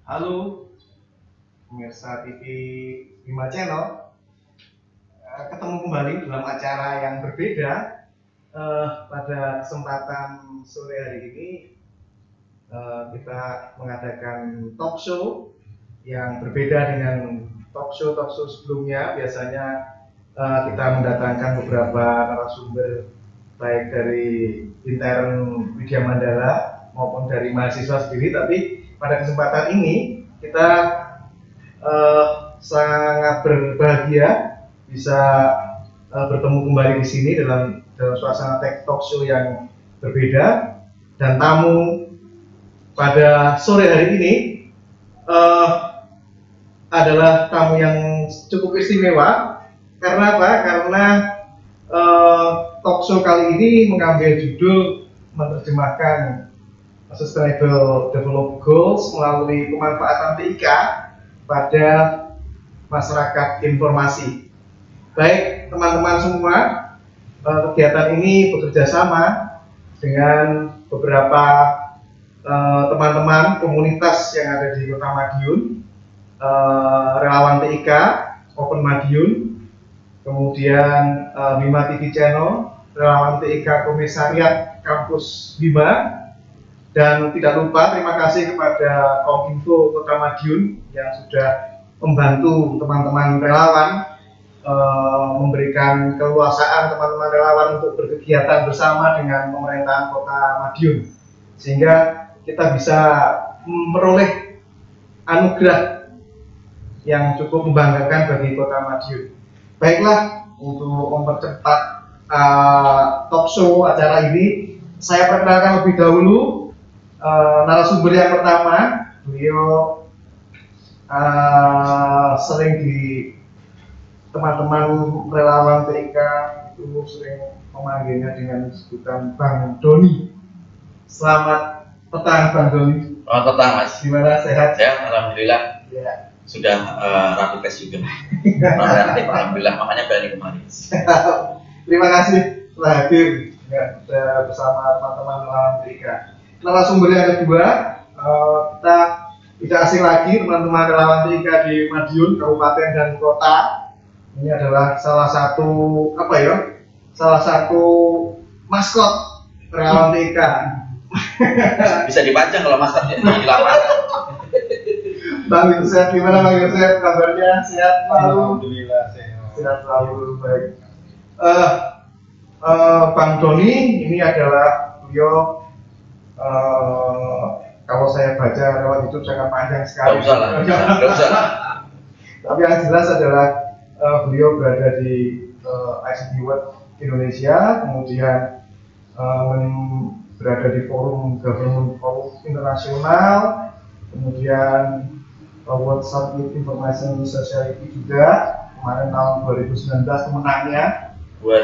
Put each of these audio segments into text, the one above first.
Halo pemirsa TV Bima Channel, ketemu kembali dalam acara yang berbeda. Pada kesempatan sore hari ini kita mengadakan talk show yang berbeda dengan talk show sebelumnya. Biasanya kita mendatangkan beberapa narasumber baik dari intern Widya Mandala maupun dari mahasiswa sendiri, tapi pada kesempatan ini kita sangat berbahagia bisa bertemu kembali di sini dalam suasana talk show yang berbeda, dan tamu pada sore hari ini adalah tamu yang cukup istimewa. Karena apa? Karena talk show kali ini mengambil judul menerjemahkan Sustainable Development Goals melalui pemanfaatan TIK pada masyarakat informasi. Baik teman-teman semua, kegiatan ini bekerja sama dengan beberapa teman-teman komunitas yang ada di Kota Madiun, relawan TIK, Open Madiun, kemudian Bima TV Channel, relawan TIK Komisariat Kampus Bima, dan tidak lupa terima kasih kepada Kominfo Kota Madiun yang sudah membantu teman-teman relawan, memberikan keleluasaan teman-teman relawan untuk berkegiatan bersama dengan pemerintahan Kota Madiun, sehingga kita bisa memperoleh anugerah yang cukup membanggakan bagi Kota Madiun. Baiklah, untuk mempercepat talk show acara ini, saya perkenalkan lebih dahulu narasumber yang pertama. Beliau sering di teman-teman relawan TIK itu sering memanggilnya dengan sebutan Bang Doni. Selamat petang Bang Doni. Selamat petang Mas. Gimana, sehat? Sehat, alhamdulillah. Ya. Sudah rapid test juga. Reaktif, alhamdulillah, makanya berani kemarin. Terima kasih telah hadir ya, bersama teman-teman relawan TIK. Narasumber yang kedua, kita tidak asing lagi teman-teman relawan TIK di Madiun, kabupaten dan kota. Ini adalah salah satu maskot relawan TIK. Bisa dipajang kalau maskot ya di lapangan. Bang Yusef, gimana Bang Yusef? Kabarnya sehat selalu? Alhamdulillah sehat. Sehat selalu, baik. Bang Doni ini adalah beliau. Kalau saya baca lewat YouTube sangat panjang sekali. Tidak usah lah. Tapi yang jelas adalah beliau berada di ICT World Indonesia, kemudian berada di forum Government Forum Internasional, kemudian World Summit Information Society juga kemarin tahun 2019 pemenangnya,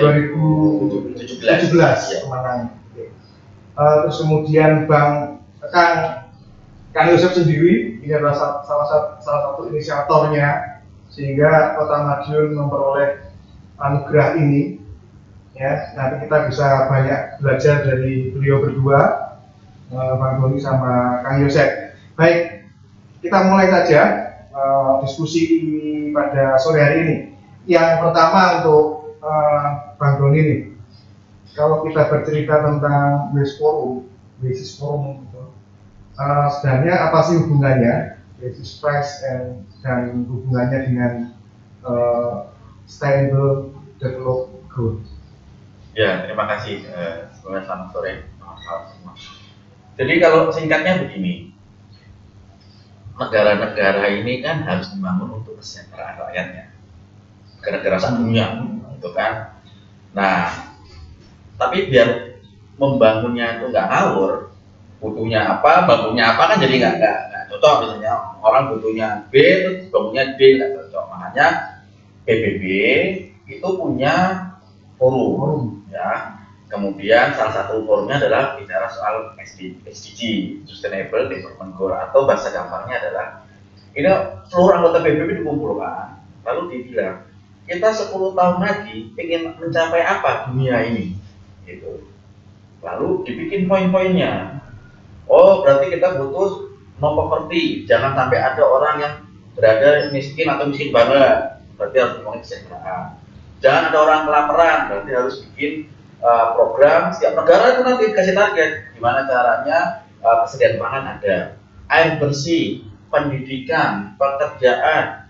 2017 pemenangnya. Terus kemudian Kang Yosef sendiri ini adalah salah satu inisiatornya sehingga Kota Madiun memperoleh anugerah ini. Ya, nanti kita bisa banyak belajar dari beliau berdua, Bang Doni sama Kang Yosef. Baik, kita mulai saja diskusi pada sore hari ini. Yang pertama untuk Bang Doni nih. Kalau kita bercerita tentang basis forum gitu, sebenarnya apa sih hubungannya basis price dan hubungannya dengan Sustainable Development Goals? Ya, terima kasih. Selamat sore. Jadi kalau singkatnya begini, negara-negara ini kan harus dibangun untuk kesejahteraan rakyatnya, negara-negara dunia, gitu kan. Nah, tapi biar membangunnya itu nggak ngawur, butuhnya apa, bangunnya apa kan jadi nggak cocok. Misalnya orang butuhnya B, terus bangunnya D nggak cocok. Makanya PBB itu punya forum, ya. Kemudian salah satu forumnya adalah bicara soal SDG, Sustainable Development Goal, atau bahasa gampangnya adalah ini seluruh anggota PBB dikumpulkan, lalu dibilang kita 10 tahun lagi ingin mencapai apa dunia ini, gitu. Lalu dibikin poin-poinnya. Oh, berarti kita butuh no poverty, jangan sampai ada orang yang berada miskin atau miskin banget, berarti harus ngomongin kesejahteraan. Jangan ada orang kelaparan, berarti harus bikin program. Setiap negara itu nanti kasih target gimana caranya kesediaan pangan ada, air bersih, pendidikan, pekerjaan,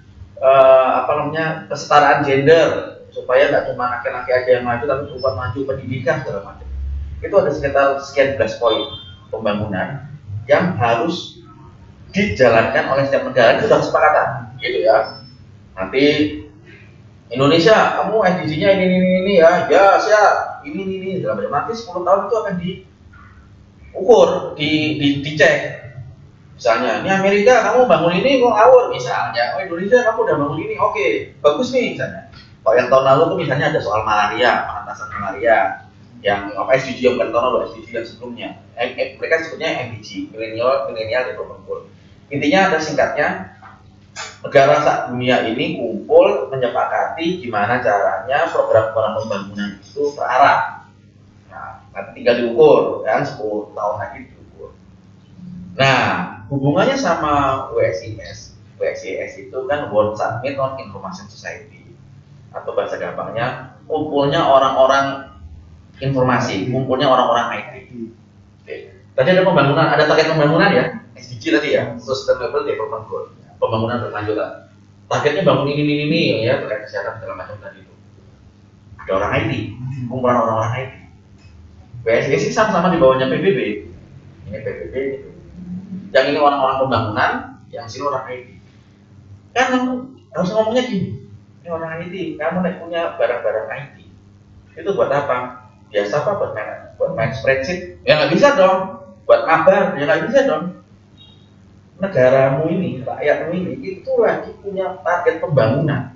kesetaraan gender, supaya nggak cuma laki-laki aja yang maju tapi perempuan maju, pendidikan segala macam. Itu ada sekitar sekian belas poin pembangunan yang harus dijalankan oleh setiap negara. Itu sudah kesepakatan gitu ya. Nanti Indonesia, kamu SDG-nya ini ya, ya siap, ini segala macam. Nanti 10 tahun itu akan diukur, dicek. Misalnya, ini Amerika kamu bangun ini mau ngawur misalnya, oh Indonesia kamu udah bangun ini, oke, bagus nih misalnya. Kalau yang tahun lalu tuh misalnya ada soal malaria, pengentasan malaria, yang SDG yang bukan tahun lalu, SDG yang sebelumnya. Mereka sebutnya MDG, Millennial Development Goal. Intinya ada singkatnya, negara saat dunia ini kumpul menyepakati gimana caranya program-program pembangunan itu terarah. Nah, nanti tinggal diukur, kan 10 tahun lagi diukur. Nah, hubungannya sama WSIS. WSIS itu kan World Summit on Information Society, atau bahasa gampangnya kumpulnya orang-orang informasi, kumpulnya orang-orang IT. Oke. Tadi ada pembangunan, ada target pembangunan ya, SDG tadi ya, Sustainable Development Goal, pembangunan berkelanjutan. Targetnya bangun ini ya, terkait kesehatan segala macam tadi itu. Ada orang IT, kumpulan orang-orang IT. WSIS ini sama-sama di bawahnya PBB. Ini PBB gitu. Yang ini orang-orang pembangunan, yang sini orang IT. Kan harus ngomongnya gini. Ini orang IT, kamu punya barang-barang IT. Itu buat apa? Biasa apa buat main spreadsheet? Ya nggak bisa dong. Buat kabar, ya nggak bisa dong. Negaramu ini, rakyatmu ini, itu lagi punya target pembangunan.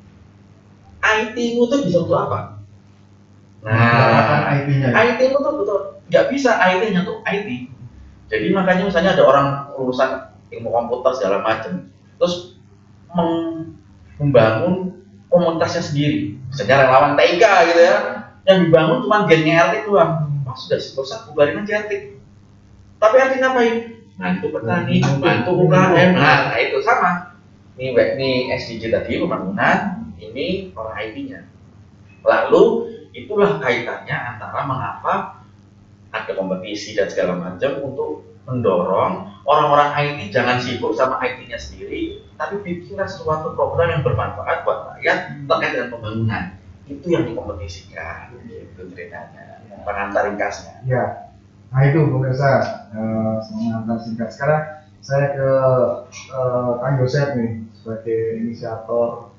IT-mu tuh bisa untuk apa? Nah, IT-mu tuh betul nggak bisa IT-nya tuh IT. Jadi makanya misalnya ada orang lulusan ilmu komputer segala macam, terus membangun komunitasnya sendiri, misalnya relawan TK gitu ya, yang dibangun cuma gennya RT doang. Sudah selesai, bubarin aja RT. Tapi RT ngapain? Bantu petani, bantu UKM. Nah, itu sama. Ini SDG tadi pembangunan, ini orang IT-nya. Lalu itulah kaitannya antara mengapa ada kompetisi dan segala macam untuk mendorong orang-orang IT jangan sibuk sama IT-nya sendiri, tapi bikinlah sesuatu program yang bermanfaat buat rakyat terkait dengan pembangunan. Itu yang dikompetisikan, itu ceritanya. Pengantar ringkasnya. Ya, nah itu pemirsa, pengantar singkat. Sekarang saya ke Kang Yosep nih sebagai inisiator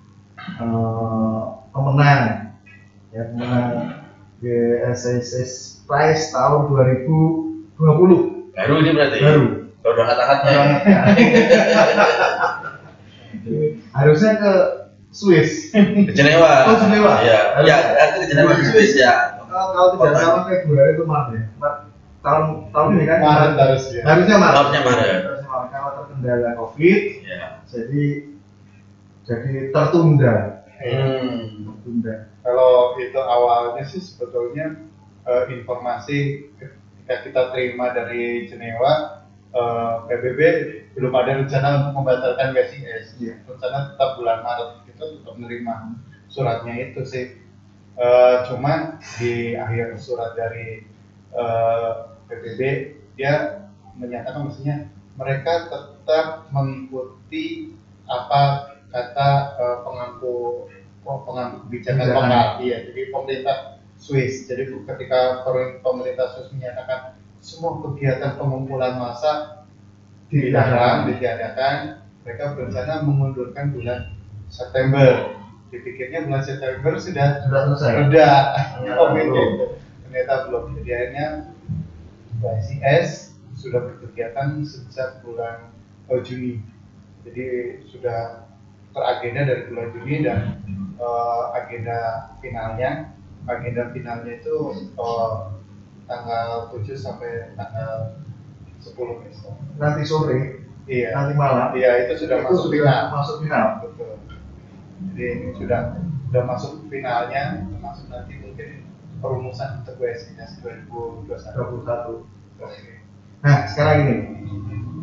pemenang, ya pemenang WSIS Prize tahun 2020. Baru ini berarti? Baru. Kalau udah kata-katanya. Harusnya ke Swiss. Ke Jenewa. Oh, Jenewa. Iya. Ya, ke Jenewa ke Swiss ya. Kalau tidak salah Februari itu Maret ya. Tahun ini kan Maret harusnya. Harusnya Maret. Harusnya Maret. Kalau terkendala COVID, ya. jadi tertunda. Tertunda. Kalau itu awalnya sih sebetulnya informasi ketika kita terima dari Jenewa, PBB belum ada rencana untuk membatalkan WSIS. Rencana tetap bulan Maret kita tetap menerima suratnya itu sih. Cuma di akhir surat dari PBB dia menyatakan maksudnya mereka tetap mengikuti apa kata pengampu kebijakan lokal. Iya, jadi pemerintah Swiss. Jadi ketika pemerintah Swiss menyatakan semua kegiatan pengumpulan massa ditiadakan, mereka berencana mengundurkan bulan September. Dipikirnya bulan September sudah selesai. Sudah. Ternyata belum. Jadi akhirnya WSIS sudah berkegiatan sejak bulan Juni. Jadi sudah teragenda dari bulan Juni dan agenda finalnya itu tanggal 7 sampai tanggal 10 besok. Nanti sore. Iya. Nanti malam. Iya, itu sudah masuk final. Masuk final. Betul. Jadi ini sudah masuk finalnya, termasuk nanti mungkin perumusan untuk WSIS 2021. Nah, sekarang ini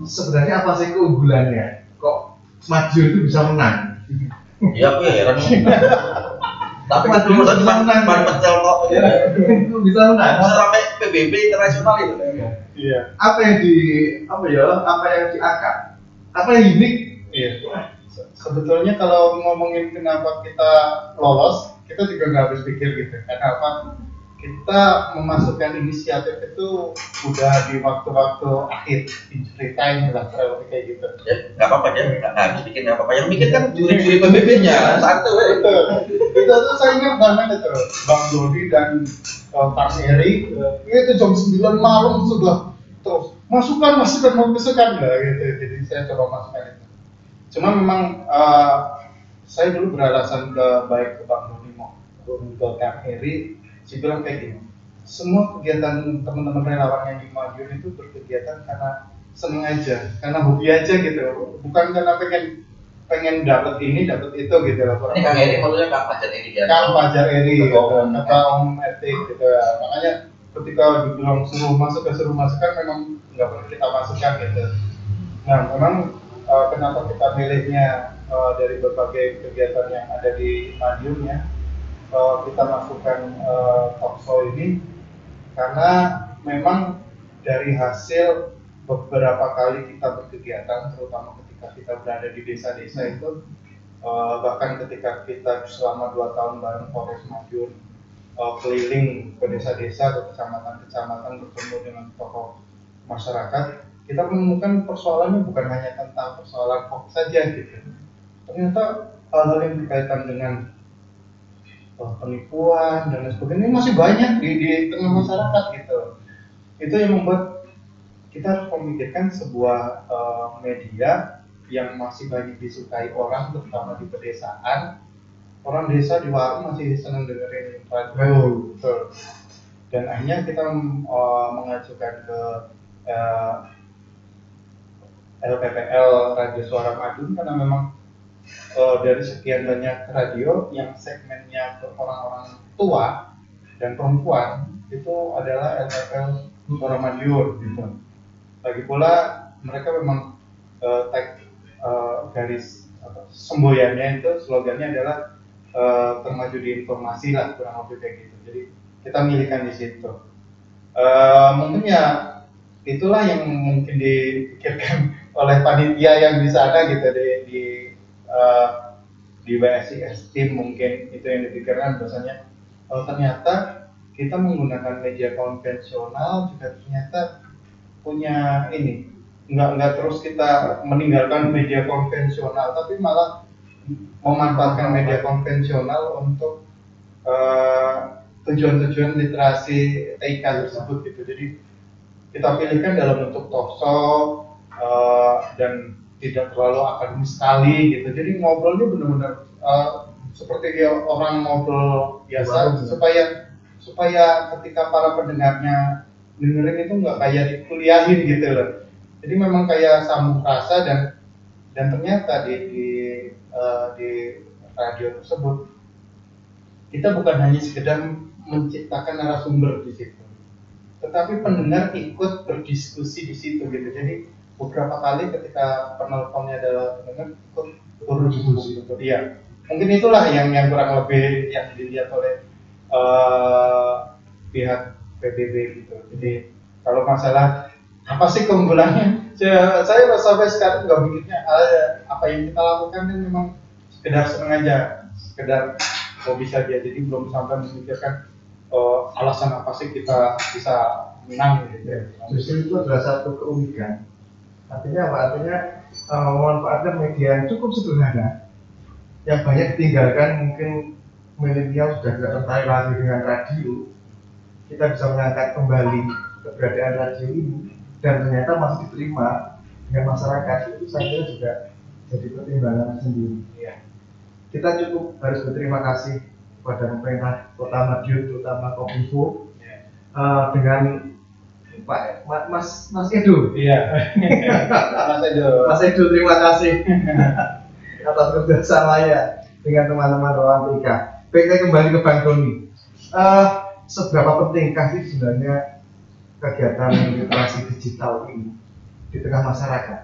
sebenarnya apa sih keunggulannya? Kok Madiun itu bisa menang? Iya, aku ya heran. Tapi Madiun kan bisa menang. ban pecel kok. Itu bisa menang. Bisa sampai PBB internasional itu. Iya. Apa yang diangkat? Apa yang unik? Iya. Sebetulnya kalau ngomongin kenapa kita lolos, kita juga nggak habis pikir gitu. Karena apa? Kita memasukkan inisiatif itu udah di waktu-waktu akhir injury time lah, kayak gitu. Ya, nggak apa-apa dia nggak habis bikin nggak apa-apa. Yang bikin kan juri-juri PBB-nya satu. Itu tuh saya ingat banget itu, Bang Dodi dan Kang Eri itu jam 9 malam sudah terus masukkan lah gitu. Jadi saya coba masukkan itu. Cuma memang saya dulu beralasan baik ke Bang Dodi maupun ke Kang Eri, saya bilang kayak gini, semua kegiatan teman-teman relawan yang di Madiun itu berkegiatan karena seneng aja, karena hobi aja gitu, bukan karena pengen dapat ini dapat itu gitu loh. Ini Kang Eri maksudnya Kang Fajar Eri ya. Kang Fajar Eri gitu, Ketua Om RT gitu ya. Makanya ketika dibilang suruh masuk kan memang nggak perlu kita masukkan gitu. Nah memang kenapa kita milihnya dari berbagai kegiatan yang ada di Madiun ya, kita masukkan talkshow ini karena memang dari hasil beberapa kali kita berkegiatan, terutama ketika kita berada di desa-desa itu, bahkan ketika kita selama 2 tahun bareng Polres Madiun keliling ke desa-desa, ke kecamatan-kecamatan, bertemu dengan tokoh masyarakat, kita menemukan persoalannya bukan hanya tentang persoalan hoax saja gitu. Ternyata hal-hal yang berkaitan dengan penipuan dan lain sebagainya masih banyak di tengah masyarakat gitu. Itu yang membuat kita harus memikirkan sebuah media yang masih banyak disukai orang, terutama di pedesaan. Orang desa di warung masih senang dengerin radio. Dan akhirnya kita mengajukan ke LPPL Radio Suara Madiun karena memang dari sekian banyak radio yang segmennya ke orang-orang tua dan perempuan itu adalah LPPL Suara Madiun gitu. Lagi pula mereka memang tag garis semboyannya itu slogannya adalah termaju di informasi lah, kurang lebih kayak gitu. Jadi kita milihkan di situ. Mungkin ya itulah yang mungkin dipikirkan oleh panitia yang di sana gitu di WSIS tim, mungkin itu yang dipikirkan bahwasanya ternyata kita menggunakan media konvensional juga ternyata punya ini, nggak terus kita meninggalkan media konvensional tapi malah memanfaatkan media konvensional untuk tujuan-tujuan literasi TIK tersebut gitu. Jadi kita pilihkan dalam bentuk talkshow dan tidak terlalu akademis sekali gitu. Jadi ngobrolnya benar-benar seperti orang ngobrol biasa supaya ketika para pendengarnya dengerin itu nggak kayak dikuliahin gitu loh. Jadi memang kayak sambung rasa dan ternyata di radio tersebut kita bukan hanya sekedar menciptakan narasumber di situ, tetapi pendengar ikut berdiskusi di situ gitu. Jadi beberapa kali ketika penelponnya adalah pendengar ikut berdiskusi gitu. Iya, mungkin itulah yang kurang lebih yang dilihat oleh pihak PBB gitu. Jadi kalau masalah apa sih keunggulannya, saya sampai sekarang nggak mikirnya apa yang kita lakukan kan memang sekedar senang aja, sekedar hobi saja. Jadi belum sampai memikirkan alasan apa sih kita bisa menang gitu. Justru itu adalah satu keunikan. Artinya apa? Artinya memanfaatkan media yang cukup sederhana, yang banyak ditinggalkan, mungkin milenial sudah tidak tertarik lagi dengan radio. Kita bisa mengangkat kembali keberadaan radio ini dan ternyata masih diterima dengan masyarakat. Itu saya kira juga jadi pertimbangan sendiri. Ya. Kita cukup harus berterima kasih kepada pemerintah Kota Madiun, terutama Kominfo, dengan Mas Edo. Iya. Mas Edo, terima kasih atas kerjasamanya dengan teman-teman relawan TIK. Baik, saya kembali ke Bang Doni. Seberapa pentingkah sih sebenarnya kegiatan literasi digital ini di tengah masyarakat?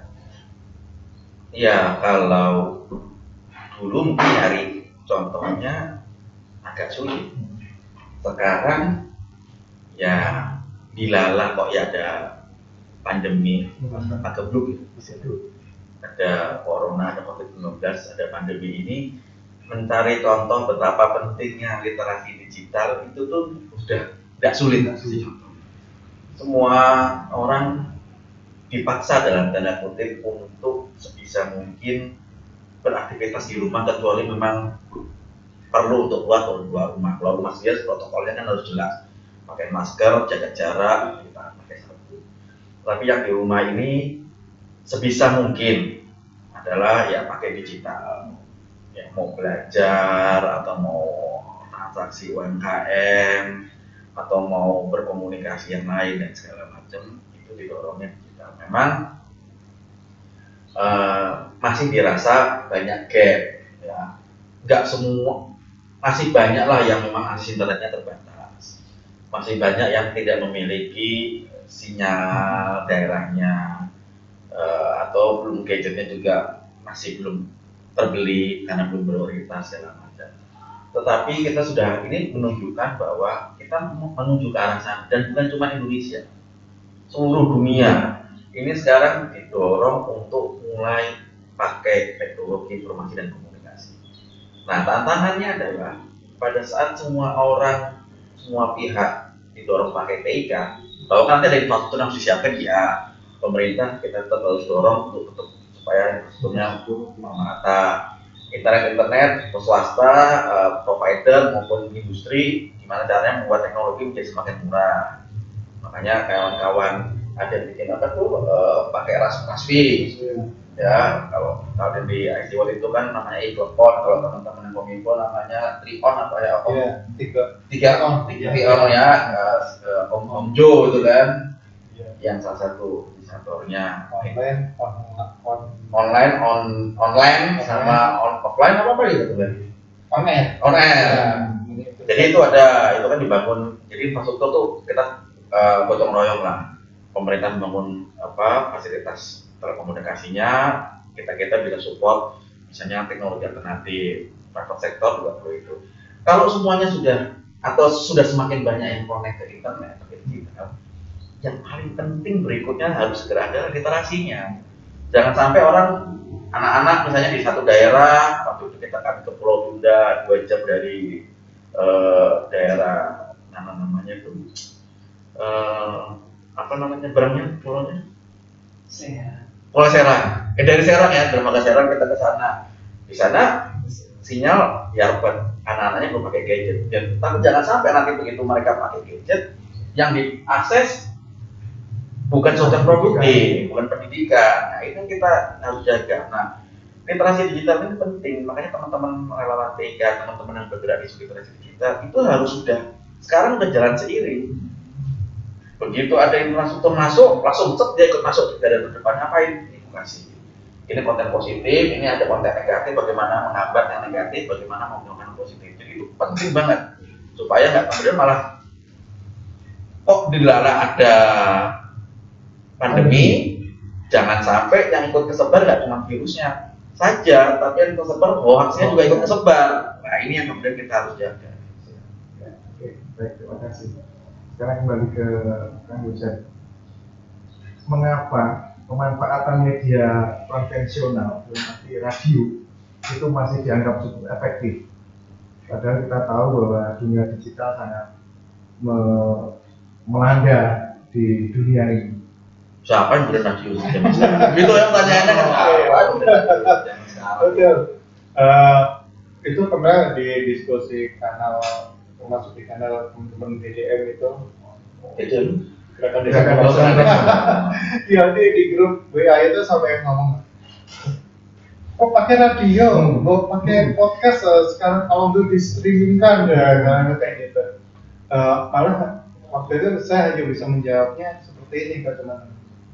Ya kalau dulu mungkin nyari contohnya agak sulit. Sekarang ya dilala kok ya ada pandemi agak belum ada corona, ada COVID-19, ada pandemi ini, mencari contoh betapa pentingnya literasi digital itu tuh udah tidak sulit. Semua orang dipaksa dalam tanda kutip untuk sebisa mungkin beraktivitas di rumah, kecuali memang perlu untuk keluar rumah. Keluar rumah saja protokolnya kan harus jelas, pakai masker, jaga jarak, pakai sabun. Tapi yang di rumah ini sebisa mungkin adalah ya pakai digital. Ya mau belajar atau mau transaksi UMKM atau mau berkomunikasi yang lain dan segala macam itu didorongnya digital. Memang masih dirasa banyak gap, ya nggak semua, masih banyak lah yang memang akses internetnya terbatas, masih banyak yang tidak memiliki sinyal daerahnya, atau belum gadgetnya juga masih belum terbeli karena belum prioritas segala macam. Tetapi kita sudah ini menunjukkan bahwa kita menuju ke arah sana, dan bukan cuma Indonesia, seluruh dunia ini sekarang didorong untuk mulai pakai teknologi informasi dan komunikasi. Nah, tantangannya adalah pada saat semua orang, semua pihak didorong pakai TIK, bahwa nanti ada infrastruktur yang harus disiapkan, ya pemerintah kita tetap harus dorong untuk tetap supaya infrastrukturnya merata. Internet swasta, provider maupun industri, gimana caranya membuat teknologi menjadi semakin murah. Makanya kawan-kawan ada yang bikin apa tuh, pakai Raspi. Ya, kalau di IT World itu kan namanya Iglopon, kalau teman-teman yang Kominfo namanya Trion apa ya? Tiga on ya, Om Jo itu kan, yang salah satu inisiatornya. Online sama offline apa gitu kan? Online. Jadi itu kan dibangun. Jadi infrastruktur tuh kita gotong royong lah. Pemerintah membangun fasilitas telekomunikasinya, kita bisa support misalnya teknologi alternatif, private sector juga perlu itu. Kalau semuanya sudah semakin banyak yang connect ke internet, yang paling penting berikutnya harus segera ada literasinya. Jangan sampai anak-anak misalnya di satu daerah, waktu itu kita ke Pulau Sunda 2 jam dari daerah namanya itu berangnya pulaunya Pulau Serang. Dari Serang ya, dermaga Serang kita ke sana. Di sana sinyal ya buat anak-anaknya belum pakai gadget. Tapi jangan sampai nanti begitu mereka pakai gadget, yang diakses bukan sosial produktif, bukan pendidikan. Nah, itu kita harus jaga. Nah, literasi digital ini penting. Makanya teman-teman relawan TIK, teman-teman yang bergerak di literasi digital itu harus sekarang udah jalan seiring. Begitu ada infrastruktur masuk, langsung dia ikut masuk. Tidak ada terdepan ngapain? Edukasi. Ini konten positif, ini ada konten negatif, bagaimana menghambat yang negatif, bagaimana menggunakan yang positif. Jadi itu penting banget supaya nggak kemudian malah dilala ada pandemi, jangan sampai yang ikut kesebar nggak cuma virusnya saja, tapi yang tersebar hoaxnya juga ikut kesebar. Nah, ini yang kemudian kita harus jaga. Oke, baik, terima kasih. Sekarang kembali ke Kang Yusef. Mengapa pemanfaatan media konvensional, seperti radio, itu masih dianggap cukup efektif? Padahal kita tahu bahwa dunia digital sangat melanda di dunia ini. Siapa yang beli radio? Itu yang pertanyaannya kan. Betul. Itu pernah didiskusi termasuk di kanal teman-teman DJM itu. Gerakan Iya, di grup WA itu sampai ngomong, pakai radio, pakai podcast, sekarang kalau untuk di streamingkan ya, kayak gitu. Malah waktu itu saya hanya bisa menjawabnya seperti ini ke teman-teman.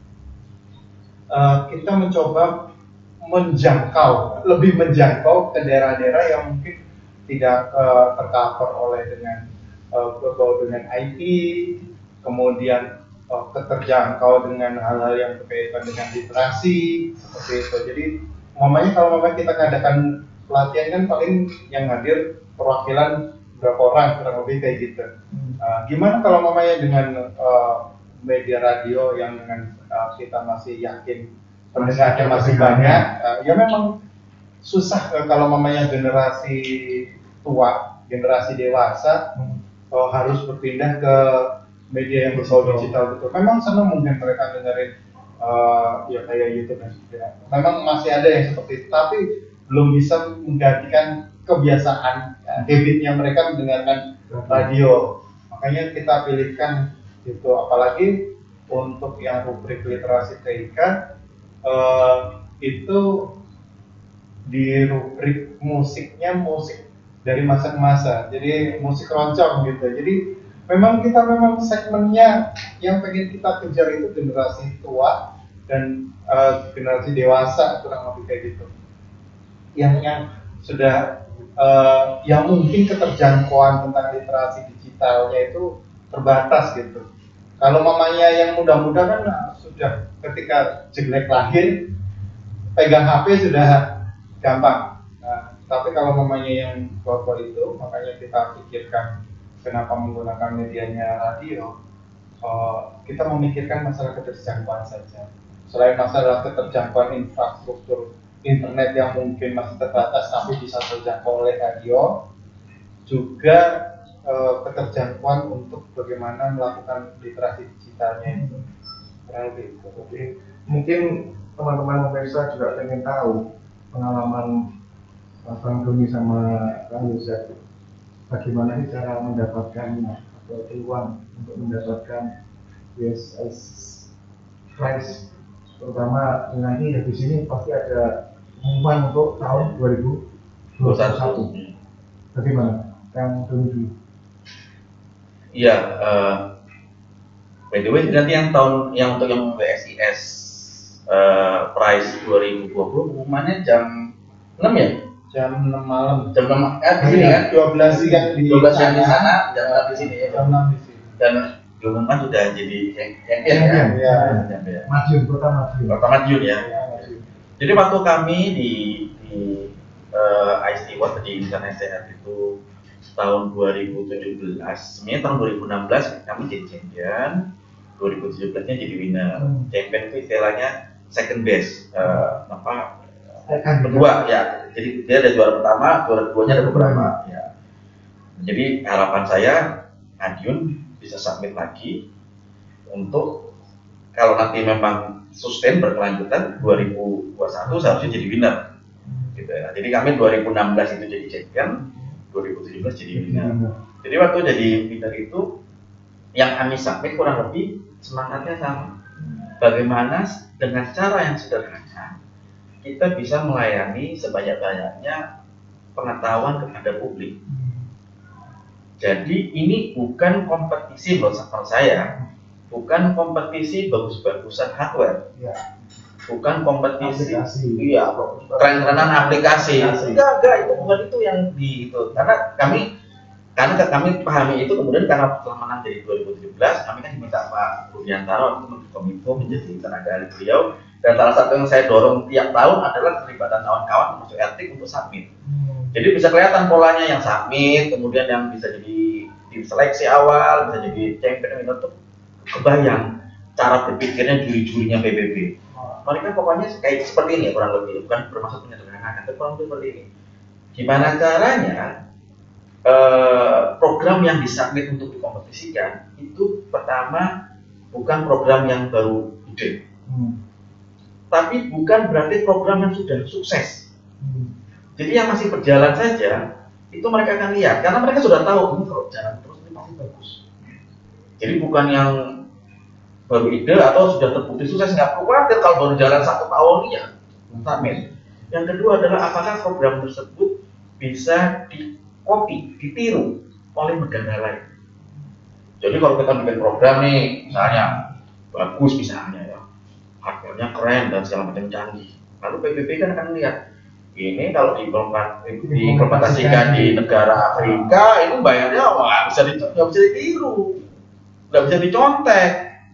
Kita mencoba lebih menjangkau ke daerah-daerah yang mungkin tidak tercover oleh dengan IP, kemudian keterjangkau dengan hal-hal yang berkaitan dengan literasi seperti itu. Jadi umpamanya kalau kita ngadakan pelatihan kan paling yang hadir perwakilan berapa orang kurang lebih kayak gitu. Gimana kalau umpamanya dengan media radio yang dengan kita masih yakin pendengarnya masih banyak, ya memang susah kalau umpamanya generasi tua, generasi dewasa harus berpindah ke media yang berbau digital gitu. Memang senang mungkin mereka dengerin ya kayak YouTube dan sebagainya. Memang masih ada yang seperti itu, tapi belum bisa menggantikan kebiasaan habitnya mereka mendengarkan radio. Makanya kita pilihkan itu, apalagi untuk yang rubrik literasi TIK itu di rubrik musiknya musik dari masa ke masa, jadi musik roncong gitu. Jadi memang segmennya yang pengen kita kejar itu generasi tua dan generasi dewasa kurang lebih kayak gitu. Yang sudah yang mungkin keterjangkauan tentang literasi digitalnya itu terbatas gitu. Kalau mamanya yang muda-muda kan sudah ketika jelek lahir pegang HP sudah gampang. Tapi kalau mamanya yang tua-tua itu, makanya kita pikirkan kenapa menggunakan medianya radio. Kita memikirkan masalah keterjangkauan saja. Selain masalah keterjangkauan infrastruktur internet yang mungkin masih terbatas tapi bisa terjangkau oleh radio, juga keterjangkauan untuk bagaimana melakukan literasi digitalnya itu. Jadi mungkin teman-teman pemirsa juga ingin tahu pengalaman Bang Doni sama Kang Yusef, bagaimana sih cara mendapatkannya atau peluang untuk mendapatkan USS prize, terutama nanti di sini pasti ada pengumuman untuk tahun 2021. Bagaimana Kang Doni dulu? Iya, by the way nanti yang tahun yang untuk yang WSIS prize 2020 pengumumannya jam 6 ya? Jam 6 malam. Jam 6 di sini kan? 12 siang di 12 siang di sana, jam 6 di sini ya. Jam 6 di sini. Dan diumumkan sudah jadi champion ya. Madiun, Kota Madiun. Kota Madiun ya. Jadi waktu kami di ICT Award di Indonesia Sehat itu tahun 2017, sebenarnya tahun 2016 kami jadi champion, 2017-nya jadi winner. Champion itu istilahnya second best, kedua ya. Jadi dia ada juara pertama, juara keduanya ada beberapa ya. Jadi harapan saya Madiun bisa submit lagi untuk kalau nanti memang sustain berkelanjutan 2021 seharusnya jadi winner gitu ya. Jadi kami 2016 itu jadi champion, 2017 jadi winner. Jadi waktu jadi winner itu yang kami submit kurang lebih semangatnya sama. Bagaimana dengan cara yang sederhana kita bisa melayani sebanyak-banyaknya pengetahuan kepada publik. Jadi ini bukan kompetisi menurut saya, bukan kompetisi bagus-bagusan hardware, bukan kompetisi keren-kerenan aplikasi. Enggak, itu bukan itu yang di itu. Karena kami pahami itu, kemudian karena setelah menang dari 2017, kami kan diminta Pak Rudiantaro untuk Kominfo menjadi tenaga ahli beliau. Dan salah satu yang saya dorong tiap tahun adalah keterlibatan kawan-kawan termasuk RT untuk submit. Jadi bisa kelihatan polanya yang submit, kemudian yang bisa jadi tim seleksi awal, bisa jadi champion itu kebayang cara berpikirnya juri-jurinya PBB. Mereka pokoknya kayak seperti ini ya, kurang lebih, bukan bermaksud menyederhanakan, tapi kurang lebih seperti ini. Gimana caranya program yang disubmit untuk dikompetisikan itu pertama bukan program yang baru ide. Tapi bukan berarti program yang sudah sukses. Jadi yang masih berjalan saja, itu mereka akan lihat. Karena mereka sudah tahu, ini kalau jalan terus ini pasti bagus. Jadi bukan yang baru ide atau sudah terbukti sukses, nggak perlu khawatir kalau baru jalan 1 tahun ya. Yang kedua adalah apakah program tersebut bisa di-copy, ditiru oleh negara lain. Jadi kalau kita bikin program nih, misalnya bagus misalnya ya, hardware-nya keren dan segala macam canggih. Lalu PBB kan akan lihat, ini kalau diimplementasikan di negara Afrika, itu bayarnya nggak bisa ditiru, nggak bisa dicontek.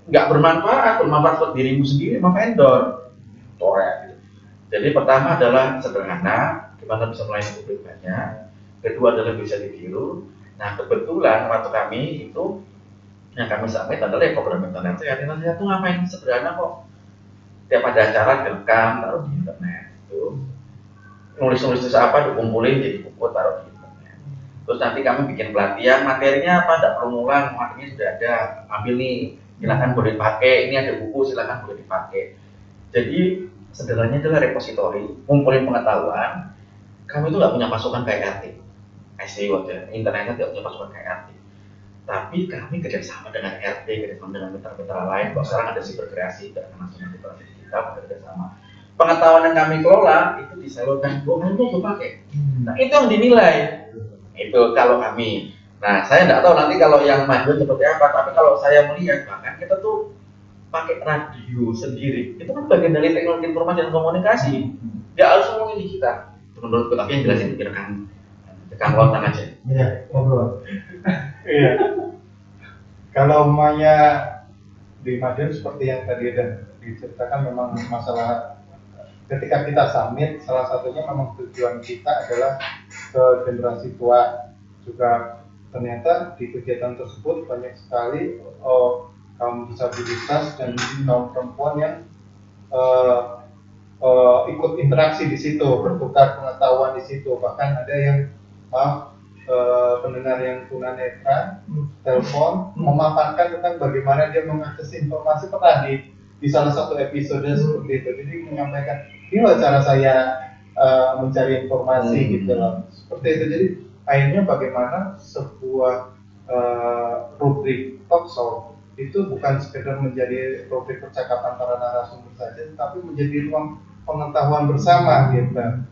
nggak bermanfaat buat dirimu sendiri sama vendor. Gitu. Jadi pertama adalah sederhana, gimana bisa melayani publik banyak. Kedua adalah bisa ditiru. Nah kebetulan waktu kami itu yang kami submit adalah program internet saya. Internet itu ngapain sederhana kok. Tiap ada acara direkam, taruh di internet. Itu nulis-nulis itu apa, dikumpulin jadi buku, taruh di internet. Terus nanti kami bikin pelatihan, materinya apa, tidak perlu ngulang, materinya sudah ada. Ambil nih, silakan boleh dipakai. Ini ada buku, silakan boleh dipakai. Jadi sederhananya adalah repositori, ngumpulin pengetahuan. Kami itu nggak punya pasukan kayak RT, SDU aja, internetnya tidak punya pasukan kayak RT. Tapi kami kerjasama dengan RT, kerjasama dengan mitra-mitra lain. Kalau sekarang ada Siberkreasi, Gerakan Nasional Literasi Digital, kerjasama. Pengetahuan yang kami kelola itu disalurkan, kamu tuh pakai. Nah itu yang dinilai. Itu kalau kami. Nah saya nggak tahu nanti kalau yang maju seperti apa. Tapi kalau saya melihat bahkan kita tuh pakai radio sendiri. Itu kan bagian dari teknologi informasi dan komunikasi. Dia harus ngomongin di kita. Menurutku tapi yang jelasin rekan lontar aja. Iya, ngobrol. Iya. Kalau umpamanya di Madiun seperti yang tadi dan diceritakan memang masalah ketika kita submit, salah satunya memang tujuan kita adalah ke generasi tua. Juga ternyata di kegiatan tersebut banyak sekali kaum disabilitas dan kaum perempuan yang ikut interaksi di situ, bertukar pengetahuan di situ. Bahkan ada yang pendengar yang tunanetra telepon memaparkan tentang bagaimana dia mengakses informasi, pernah di salah satu episode seperti itu. Jadi menyampaikan ini loh cara saya mencari informasi gitu loh. Seperti itu. Jadi akhirnya bagaimana sebuah rubrik talk show itu bukan sekedar menjadi rubrik percakapan para narasumber saja, tapi menjadi ruang pengetahuan bersama gitu.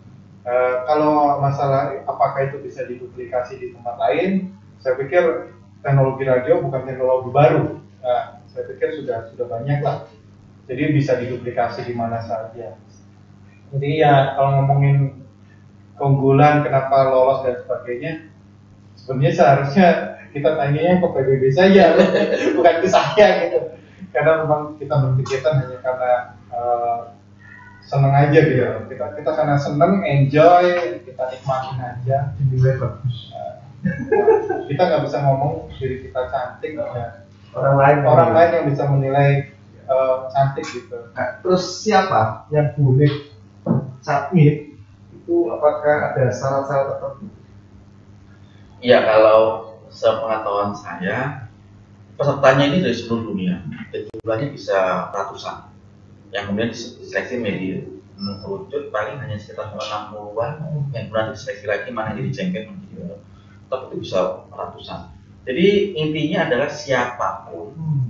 Kalau masalah apakah itu bisa diduplikasi di tempat lain, saya pikir teknologi radio bukan teknologi baru. Saya pikir sudah banyak lah. Jadi bisa diduplikasi di mana saja. Jadi ya kalau ngomongin keunggulan kenapa lolos dan sebagainya, sebenarnya seharusnya kita tanyanya ke PBB saja, bukan ke saya gitu. Karena memang kita berkegiatan hanya karena seneng aja gitu. Kita karena seneng, enjoy, kita nikmatin aja. Nilai bagus. Kita nggak bisa ngomong diri kita cantik, ya. Orang lain yang bisa menilai cantik gitu. Nah, terus siapa yang boleh submit itu? Apakah ada syarat-syarat tertentu? Iya, kalau sepengetahuan saya pesertanya ini dari seluruh dunia, dan jumlahnya bisa ratusan. Yang kemudian diseleksi media mengerucut paling hanya sekitar 60-an yang kemudian diseleksi lagi mana yang jadi jengket menjadi tapi itu bisa ratusan. Jadi intinya adalah siapapun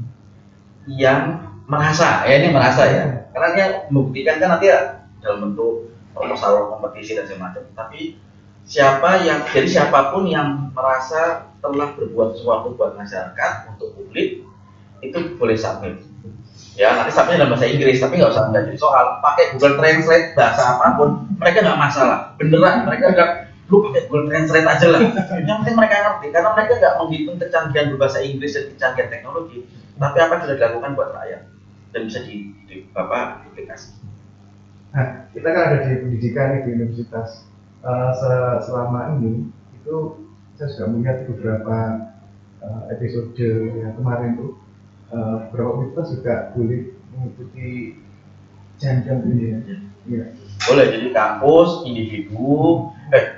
yang merasa, ini merasa ya, karena dia membuktikan kan nanti ya dalam bentuk proposal kompetisi dan semacam. Tapi jadi siapapun yang merasa telah berbuat sesuatu buat masyarakat untuk publik itu boleh submit. Ya nanti submit dalam bahasa Inggris, tapi nggak usah jadi soal. Pakai Google Translate bahasa apapun, mereka nggak masalah. Beneran, mereka nggak, lu pakai Google Translate aja lah. Yang penting mereka ngerti, karena mereka nggak menghitung kecanggihan berbahasa Inggris dan kecanggihan teknologi, tapi apa yang sudah dilakukan buat rakyat dan bisa diplikasi. Nah, kita kan ada di pendidikan di universitas. Selama ini itu saya sudah melihat beberapa episode yang kemarin tuh beberapa universitas juga boleh mengikuti jam-jam ini ya. Ya. Boleh, jadi kampus, individu,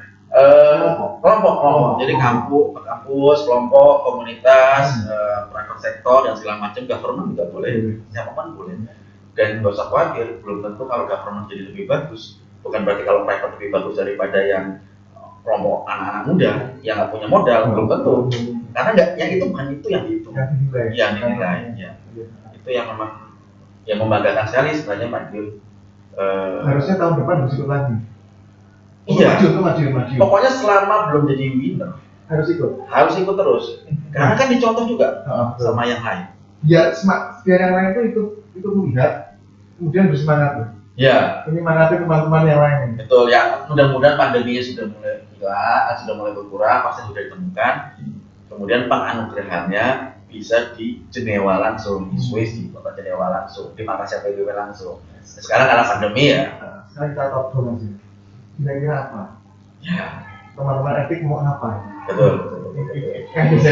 kelompok. Jadi kampus, kelompok, komunitas, private sector dan segala macam, government juga boleh, siapapun boleh. Dan nggak usah khawatir, belum tentu kalau government jadi lebih bagus. Bukan berarti kalau private lebih bagus daripada yang kelompok anak-anak muda yang nggak punya modal, belum tentu. Karena yang itu bukan itu yang dihitung, yang dinilai. Ya. Itu yang memang yang membanggakan sekali sebenarnya Madiun. Harusnya tahun depan harus ikut lagi. Iya. Maju. Pokoknya selama belum jadi winner harus ikut terus. Karena kan dicontoh juga sama yang lain. Ya, biar yang lain itu melihat, kemudian bersemangat tuh. Ya. Ini mana teman-teman yang lain. Betul ya. Mudah-mudahan pandeminya sudah mulai hilang, sudah mulai berkurang, vaksin sudah ditemukan. Kemudian penganugerahannya bisa di Jenewa langsung, di Swiss di kota Jenewa langsung, di Makassar PBB langsung. Sekarang karena pandemi ya. Sekarang kita top dulu sih. Kira-kira apa? Ya, Teman-teman etik mau ngapain? betul. Kan bisa.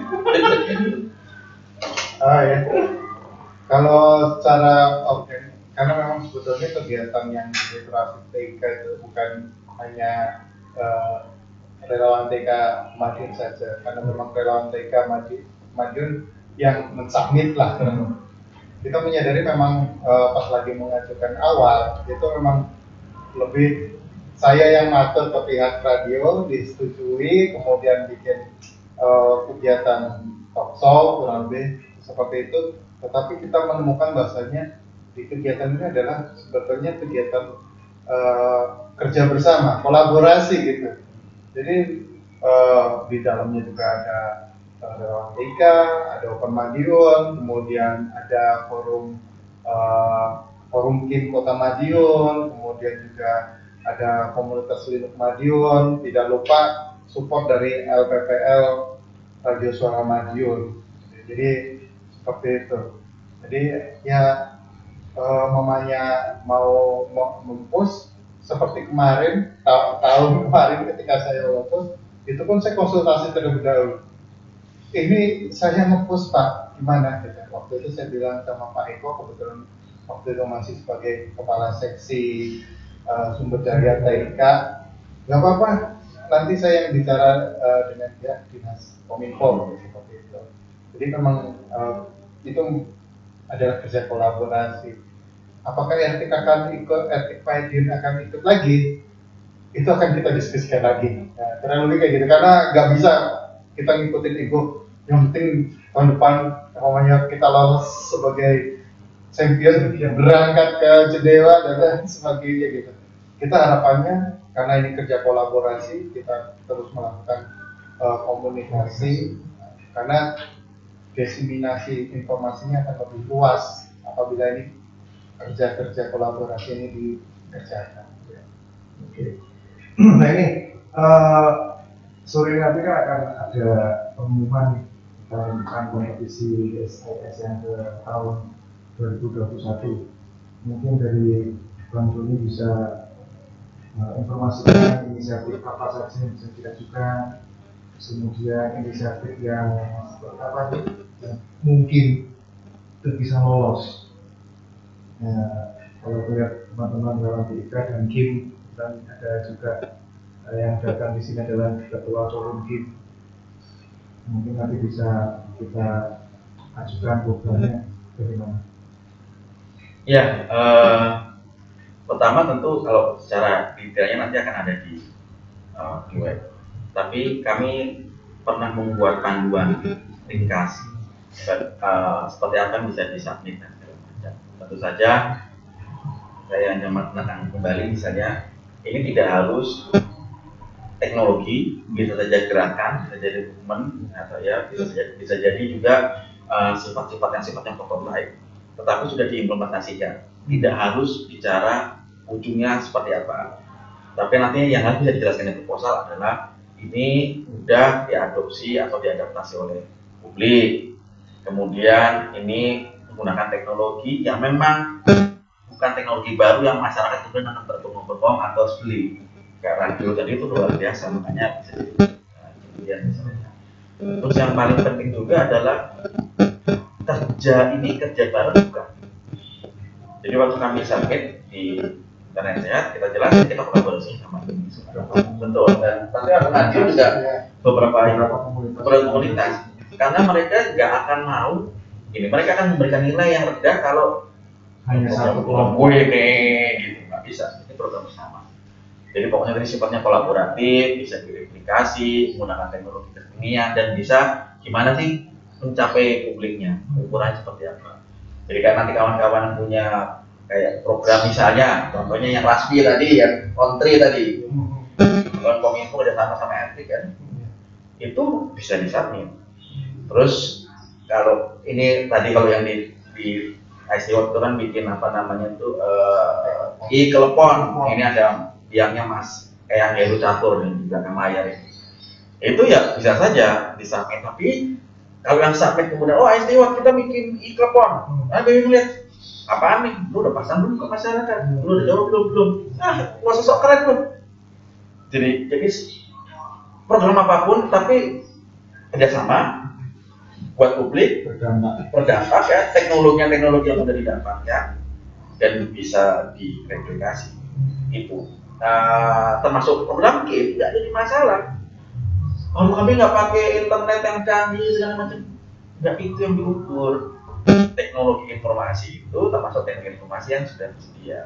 Ya. Kalau secara karena memang sebetulnya kegiatan yang di literasi TK itu bukan hanya relawan TK Madiun saja, karena memang relawan TK Madiun yang mensubmit lah. Kita menyadari memang pas lagi mengajukan awal itu memang lebih saya yang ngatur ke pihak radio, disetujui, kemudian bikin kegiatan talk show kurang lebih seperti itu. Tetapi kita menemukan bahasanya di kegiatan ini adalah sebetulnya kegiatan kerja bersama, kolaborasi gitu. Jadi di dalamnya juga ada relawan TK, ada Open Madiun, kemudian ada forum Kim Kota Madiun, kemudian juga ada komunitas Linux Madiun, tidak lupa support dari LPPL Radio Suara Madiun. Jadi seperti itu. Jadi ya mamanya mau mempost seperti kemarin tahun kemarin ketika saya mempost itu pun saya konsultasi terlebih dahulu. Ini saya ngepost Pak, gimana? Gitu. Waktu itu saya bilang sama Pak Eko, kebetulan waktu itu masih sebagai kepala seksi sumber daya TK, nggak apa-apa, nanti saya yang bicara dengan pihak dinas Kominfo seperti itu. Jadi memang itu adalah kerja kolaborasi. Apakah etik akan ikut, etik Madiun akan ikut lagi? Itu akan kita diskusikan lagi. Nah, kurang lebih kayak gitu, karena nggak bisa kita ngikutin ego. Yang penting tahun depan namanya kita lolos sebagai champion berangkat ke Jenewa dan lain sebagainya gitu. Kita harapannya karena ini kerja kolaborasi, kita terus melakukan komunikasi karena diseminasi informasinya akan lebih luas apabila ini kerja kolaborasi ini dikerjakan. Oke. Nah ini sore nanti kan akan ada pengumuman tentang kompetisi SIS yang ke tahun 2021. Mungkin dari Bang Joni bisa informasikan inisiatif apa saja yang bisa diajukan, kemudian inisiatif yang seperti apa sih yang mungkin itu bisa lolos. Nah, kalau lihat teman-teman dalam TK dan Kim dan ada juga yang datang di sini adalah ketua forum Kim, mungkin nanti bisa kita ajukan programnya bagaimana? Ya, pertama tentu kalau secara detailnya nanti akan ada di web. Tapi kami pernah membuat panduan ringkas seperti apa yang bisa disubmit dan segala macam. Tentu saja saya hanya menekan kembali misalnya ini tidak harus teknologi, bisa saja gerakan, bisa jadi movement atau ya bisa jadi juga sifat-sifat yang sifatnya prototype, tetapi sudah diimplementasikan. Tidak harus bicara ujungnya seperti apa, tapi nanti yang harus bisa dijelaskan di proposal adalah ini sudah diadopsi atau diadaptasi oleh publik. Kemudian ini menggunakan teknologi yang memang bukan teknologi baru yang masyarakat kemudian akan berbondong-bondong atau beli. Kayak radio tadi itu luar biasa, makanya bisa kemudian misalnya. Terus yang paling penting juga adalah kerja bareng bukan. Jadi waktu kami submit di internet sehat, kita jelaskan kita kolaborasi sama ini. Betul. Dan nanti akan ada juga beberapa komunitas. Karena mereka nggak akan mau ini, mereka akan memberikan nilai yang rendah kalau Hanya satu kelompok ini gitu, nggak bisa. Ini program bersama. Jadi pokoknya ini sifatnya kolaboratif, bisa direplikasi, menggunakan teknologi kekinian dan bisa gimana sih mencapai publiknya, ukurannya seperti apa. Jadi kan nanti kawan-kawan punya kayak program misalnya, contohnya yang Raspi tadi, yang Kontri tadi, kalau Kominfo udah sama-sama etik kan, itu bisa disubmit. Terus kalau ini tadi kalau yang di ICO itu kan bikin apa namanya itu i-telepon, ini ada biangnya Mas kayak Heru Catur dan di belakang layar itu ya bisa saja disubmit, tapi Kalau yang submit kemudian, oh istiwa kita bikin e-klepon, ayo lihat apaan nih, lu udah pasang belum ke masyarakat, lu udah jawab belum, gak usah sok keren lu. Jadi program apapun tapi kerjasama buat publik berdampak ya, teknologi yang sudah didapatkan dan bisa direplikasi itu. Termasuk program game nggak jadi masalah. Kalau kami nggak pakai internet yang canggih segala macam, nggak itu yang diukur. Teknologi informasi itu termasuk teknologi informasi yang sudah tersedia.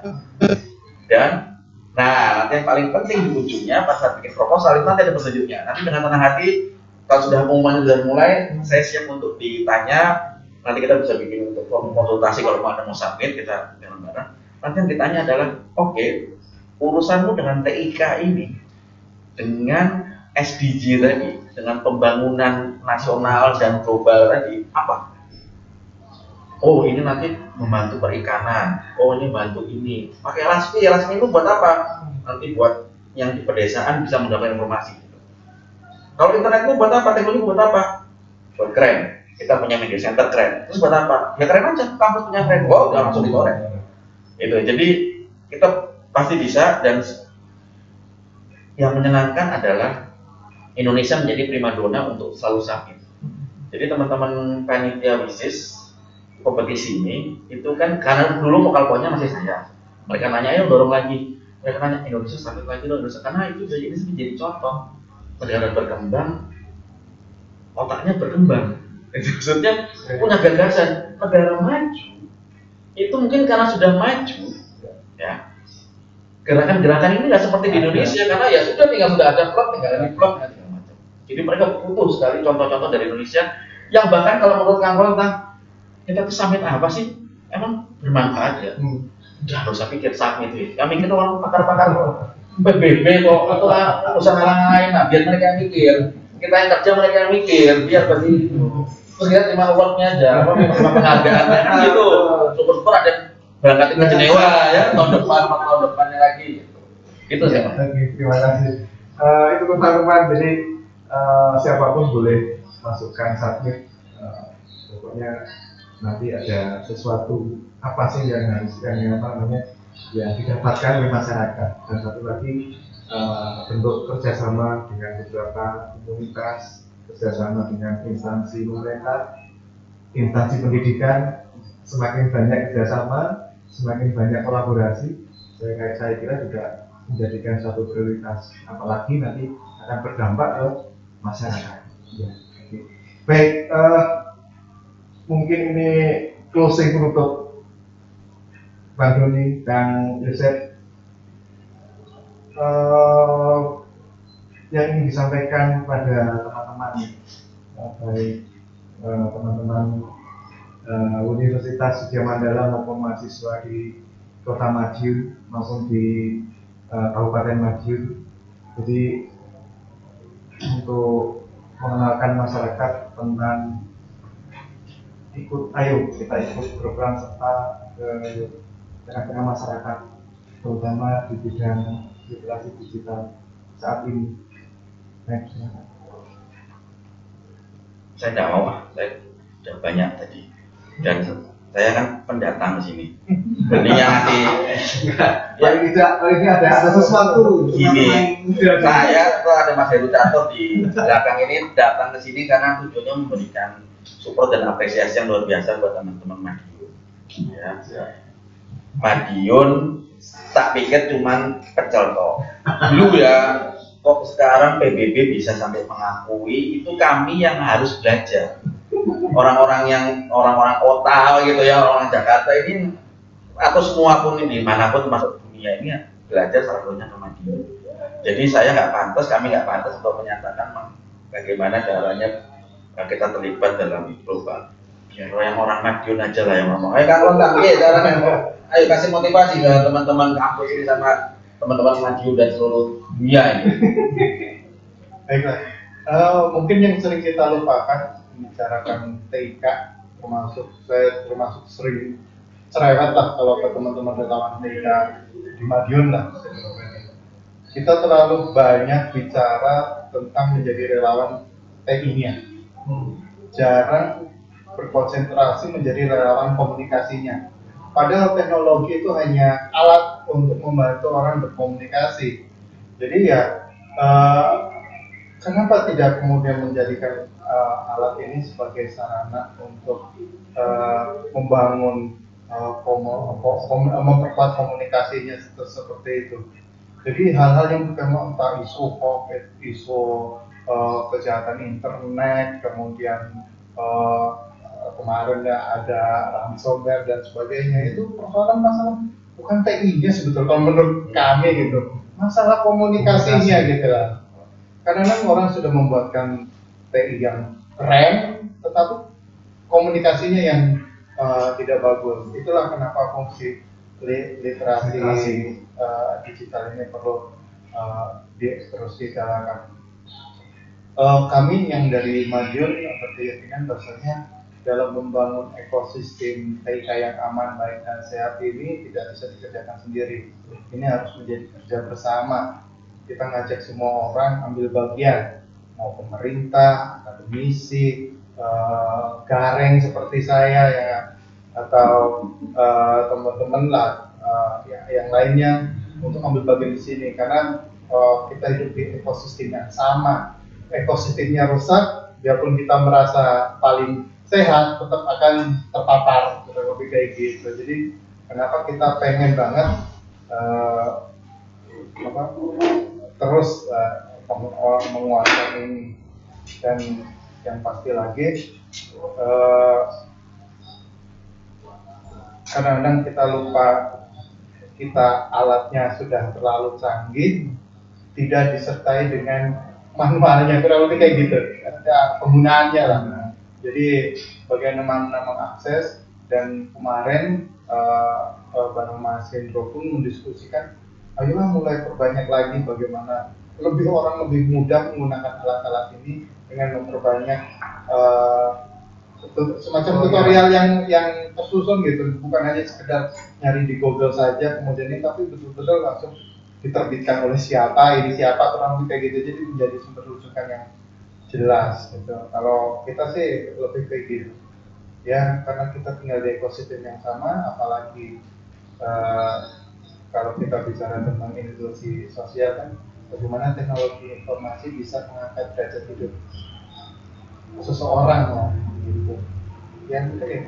Dan nanti yang paling penting di ujungnya pas saat bikin proposal itu nanti ada petunjuknya. Nanti dengan tenang hati, kalau sudah pengumuman sudah mulai, saya siap untuk ditanya. Nanti kita bisa bikin untuk konsultasi kalau mau ada mau submit kita jalan bareng. Nanti yang ditanya adalah, oke, urusanmu dengan TIK ini, dengan SDG tadi, dengan pembangunan nasional dan global tadi, apa? Oh ini nanti membantu perikanan, oh ini bantu ini. Pakai LASPI itu buat apa? Nanti buat yang di pedesaan bisa mendapat informasi. Kalau internet itu buat apa? Teknologi buat apa? Buat keren. Kita punya media center keren. Terus buat apa? Ya keren aja, kampus punya keren. Wow, udah langsung ditorek. Itu. Jadi kita pasti bisa, dan yang menyenangkan adalah Indonesia menjadi primadona untuk selalu submit. Jadi teman-teman panitia WISIS kompetisi ini itu kan karena dulu vokal point-nya masih saya. Mereka nanya, ayo dorong lagi. Mereka nanya, Indonesia submit lagi dong, Indonesia. Karena itu ini menjadi contoh negara berkembang, otaknya berkembang. Itu maksudnya punya gagasan. Negara maju itu mungkin karena sudah maju, ya. Gerakan-gerakan ini nggak seperti di Indonesia karena ya sudah sudah ada plot, tinggal di plot dan segala macam. Jadi mereka butuh sekali contoh-contoh dari Indonesia yang bahkan kalau menurut Kang Ron, kita tuh summit apa sih? Emang bermanfaat ya? Udah harus pikir summit itu. Yang mikir orang pakar-pakar PBB kok atau urusan orang lain. Nah, biar mereka yang mikir. Kita yang kerja, mereka yang mikir. Biar pasti itu. Terus kita terima awardnya aja. Apa penghargaannya kan gitu. Syukur-syukur ada berangkat ke Jenewa ya tahun depannya lagi. Gitu sih. Terima kasih. Itu teman-teman. Jadi siapapun boleh masukkan submit. Pokoknya nanti ada sesuatu apa sih yang harus yang didapatkan oleh masyarakat. Dan satu lagi bentuk kerjasama dengan beberapa komunitas, kerjasama dengan instansi pemerintah, instansi pendidikan. Semakin banyak kerjasama, semakin banyak kolaborasi, saya kira juga menjadikan satu prioritas. Apalagi nanti akan berdampak ke masyarakat. Ya. Baik. Mungkin ini closing penutup Bang Doni dan Yosef, yang ingin disampaikan pada teman-teman, baik teman-teman Universitas Widya Mandala maupun mahasiswa di Kota Madiun maupun di Kabupaten Madiun. Jadi untuk mengenalkan masyarakat tentang ayo kita ikut program serta ke tengah-tengah masyarakat, terutama di bidang literasi digital saat ini. Baik, silakan. Saya tidak mau, saya sudah banyak tadi, dan saya kan pendatang di sini. Ini yang nanti, ini ada sesuatu. Gini, saya tuh ada Mas Heru Catur di belakang ini datang ke sini karena tujuannya memberikan support dan apresiasi yang luar biasa buat teman-teman Madiun. Ya. Madiun tak pikir cuman pecel toh. Dulu ya, kok sekarang PBB bisa sampai mengakui, itu kami yang harus belajar. Orang-orang kota gitu ya, orang Jakarta ini atau semua pun ini manapun masuk dunia ini belajar salah satunya ke Madiun. Jadi saya nggak pantas, kami nggak pantas untuk menyatakan bagaimana caranya kita terlibat dalam global. Ya, yang orang Madiun aja lah yang ngomong. Ayo Kang Ron, ayo kasih motivasi ke teman-teman kampus ini sama teman-teman Madiun dan seluruh dunia ini. Baiklah, mungkin yang sering kita lupakan membicarakan TIK, termasuk sering cerewet lah kalau ke teman-teman relawan TIK di Madiun lah. Kita terlalu banyak bicara tentang menjadi relawan TI-nya. jarang berkonsentrasi menjadi relawan komunikasinya. Padahal teknologi itu hanya alat untuk membantu orang berkomunikasi. Jadi ya kenapa tidak kemudian menjadikan alat ini sebagai sarana untuk membangun memperkuat komunikasinya seperti itu. Jadi hal-hal yang berkaitan entah isu COVID, isu kejahatan internet, kemudian kemarin ya ada ransomware dan sebagainya, itu persoalan masalah bukan TI-nya sebetulnya menurut kami gitu, masalah komunikasinya gitu lah. Kadang-kadang orang sudah membuatkan TI yang keren, tetapi komunikasinya yang tidak bagus. Itulah kenapa fungsi literasi digital ini perlu terus digalakan. Kami yang dari Madiun berkeyakinan bahwasanya dalam membangun ekosistem TIK yang aman, baik dan sehat ini tidak bisa dikerjakan sendiri. Ini harus menjadi kerja bersama. Kita ngajak semua orang ambil bagian, mau pemerintah, akademisi, gareng seperti saya ya, atau teman-teman lah yang lainnya untuk ambil bagian di sini, karena kita hidup di ekosistem yang sama. Ekosistemnya rusak, biarpun kita merasa paling sehat, tetap akan terpapar, lebih kayak gitu. Jadi kenapa kita pengen banget terus menguasai ini. Dan yang pasti lagi kadang-kadang kita lupa kita alatnya sudah terlalu canggih, tidak disertai dengan manualnya, kurang lebih kayak gitu, ada penggunaannya lah. Jadi bagaimana mengakses, dan kemarin bareng Mas Hendro pun mendiskusikan, ayolah mulai perbanyak lagi bagaimana orang lebih mudah menggunakan alat-alat ini dengan memperbanyak semacam tutorial yang tersusun gitu, bukan hanya sekedar nyari di Google saja kemudian ini, tapi betul-betul langsung diterbitkan oleh siapa, ini siapa, kurang lebih kayak gitu. Jadi menjadi sumber rujukan yang jelas gitu. Kalau kita sih lebih kayak gitu ya, karena kita tinggal di ekosistem yang sama, apalagi kalau kita bicara tentang inklusi sosial kan, bagaimana teknologi informasi bisa mengangkat derajat hidup seseorang lah gitu. Yang kayak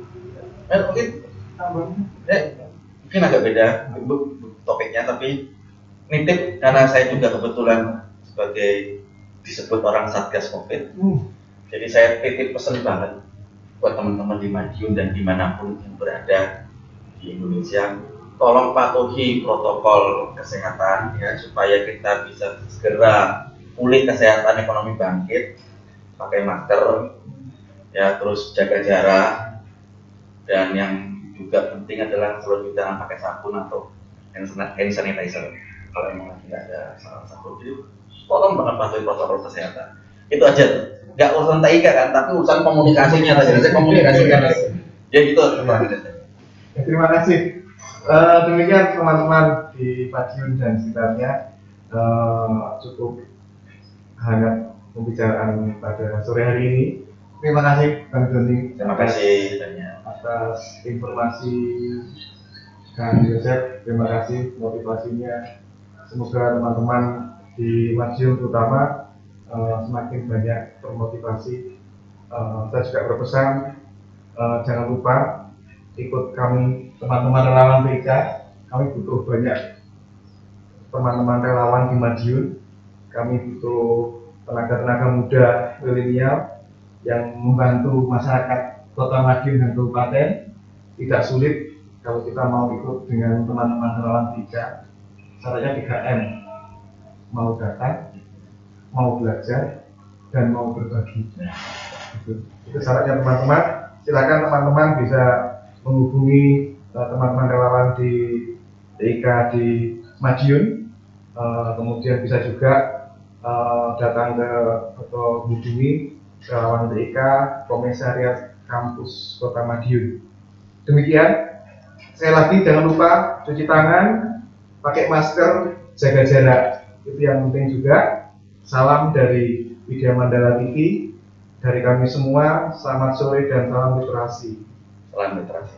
mungkin agak beda topiknya, tapi nitip karena saya juga kebetulan sebagai disebut orang Satgas COVID. Jadi saya titip pesan banget buat teman-teman di Madiun dan dimanapun yang berada di Indonesia, tolong patuhi protokol kesehatan ya, supaya kita bisa segera pulih kesehatan ekonomi bangkit. Pakai masker ya, terus jaga jarak, dan yang juga penting adalah kalau kita pakai sabun atau hand sanitizer kalau memang tidak ada salah satu. Jadi tolong banget patuhi protokol kesehatan. Itu aja, nggak urusan TIK kan, tapi urusan komunikasinya tadi. Saya komunikasikan ya gitu. Terima kasih. Demikian teman-teman di Madiun dan sekitarnya, cukup hangat pembicaraan pada sore hari ini. Terima kasih Bang Doni. Terima kasih atas informasi Kang Yosef. Terima kasih motivasinya. Semoga teman-teman di Madiun terutama semakin banyak termotivasi. Saya juga berpesan, jangan lupa ikut kami teman-teman relawan TIK. Kami butuh banyak teman-teman relawan di Madiun. Kami butuh tenaga-tenaga muda milenial yang membantu masyarakat Kota Madiun dan Kabupaten. Tidak sulit kalau kita mau ikut dengan teman-teman relawan TIK. Syaratnya 3M, mau datang, mau belajar, dan mau berbagi. Itu syaratnya teman-teman. Silakan teman-teman bisa menghubungi teman-teman relawan di TIK di Madiun. Kemudian bisa juga datang ke atau hubungi relawan TIK Komisariat Kampus Kota Madiun. Demikian, sekali lagi jangan lupa cuci tangan, pakai masker, jaga jarak. Itu yang penting juga. Salam dari Widya Mandala TV Dari kami semua, selamat sore dan salam literasi. Salam literasi.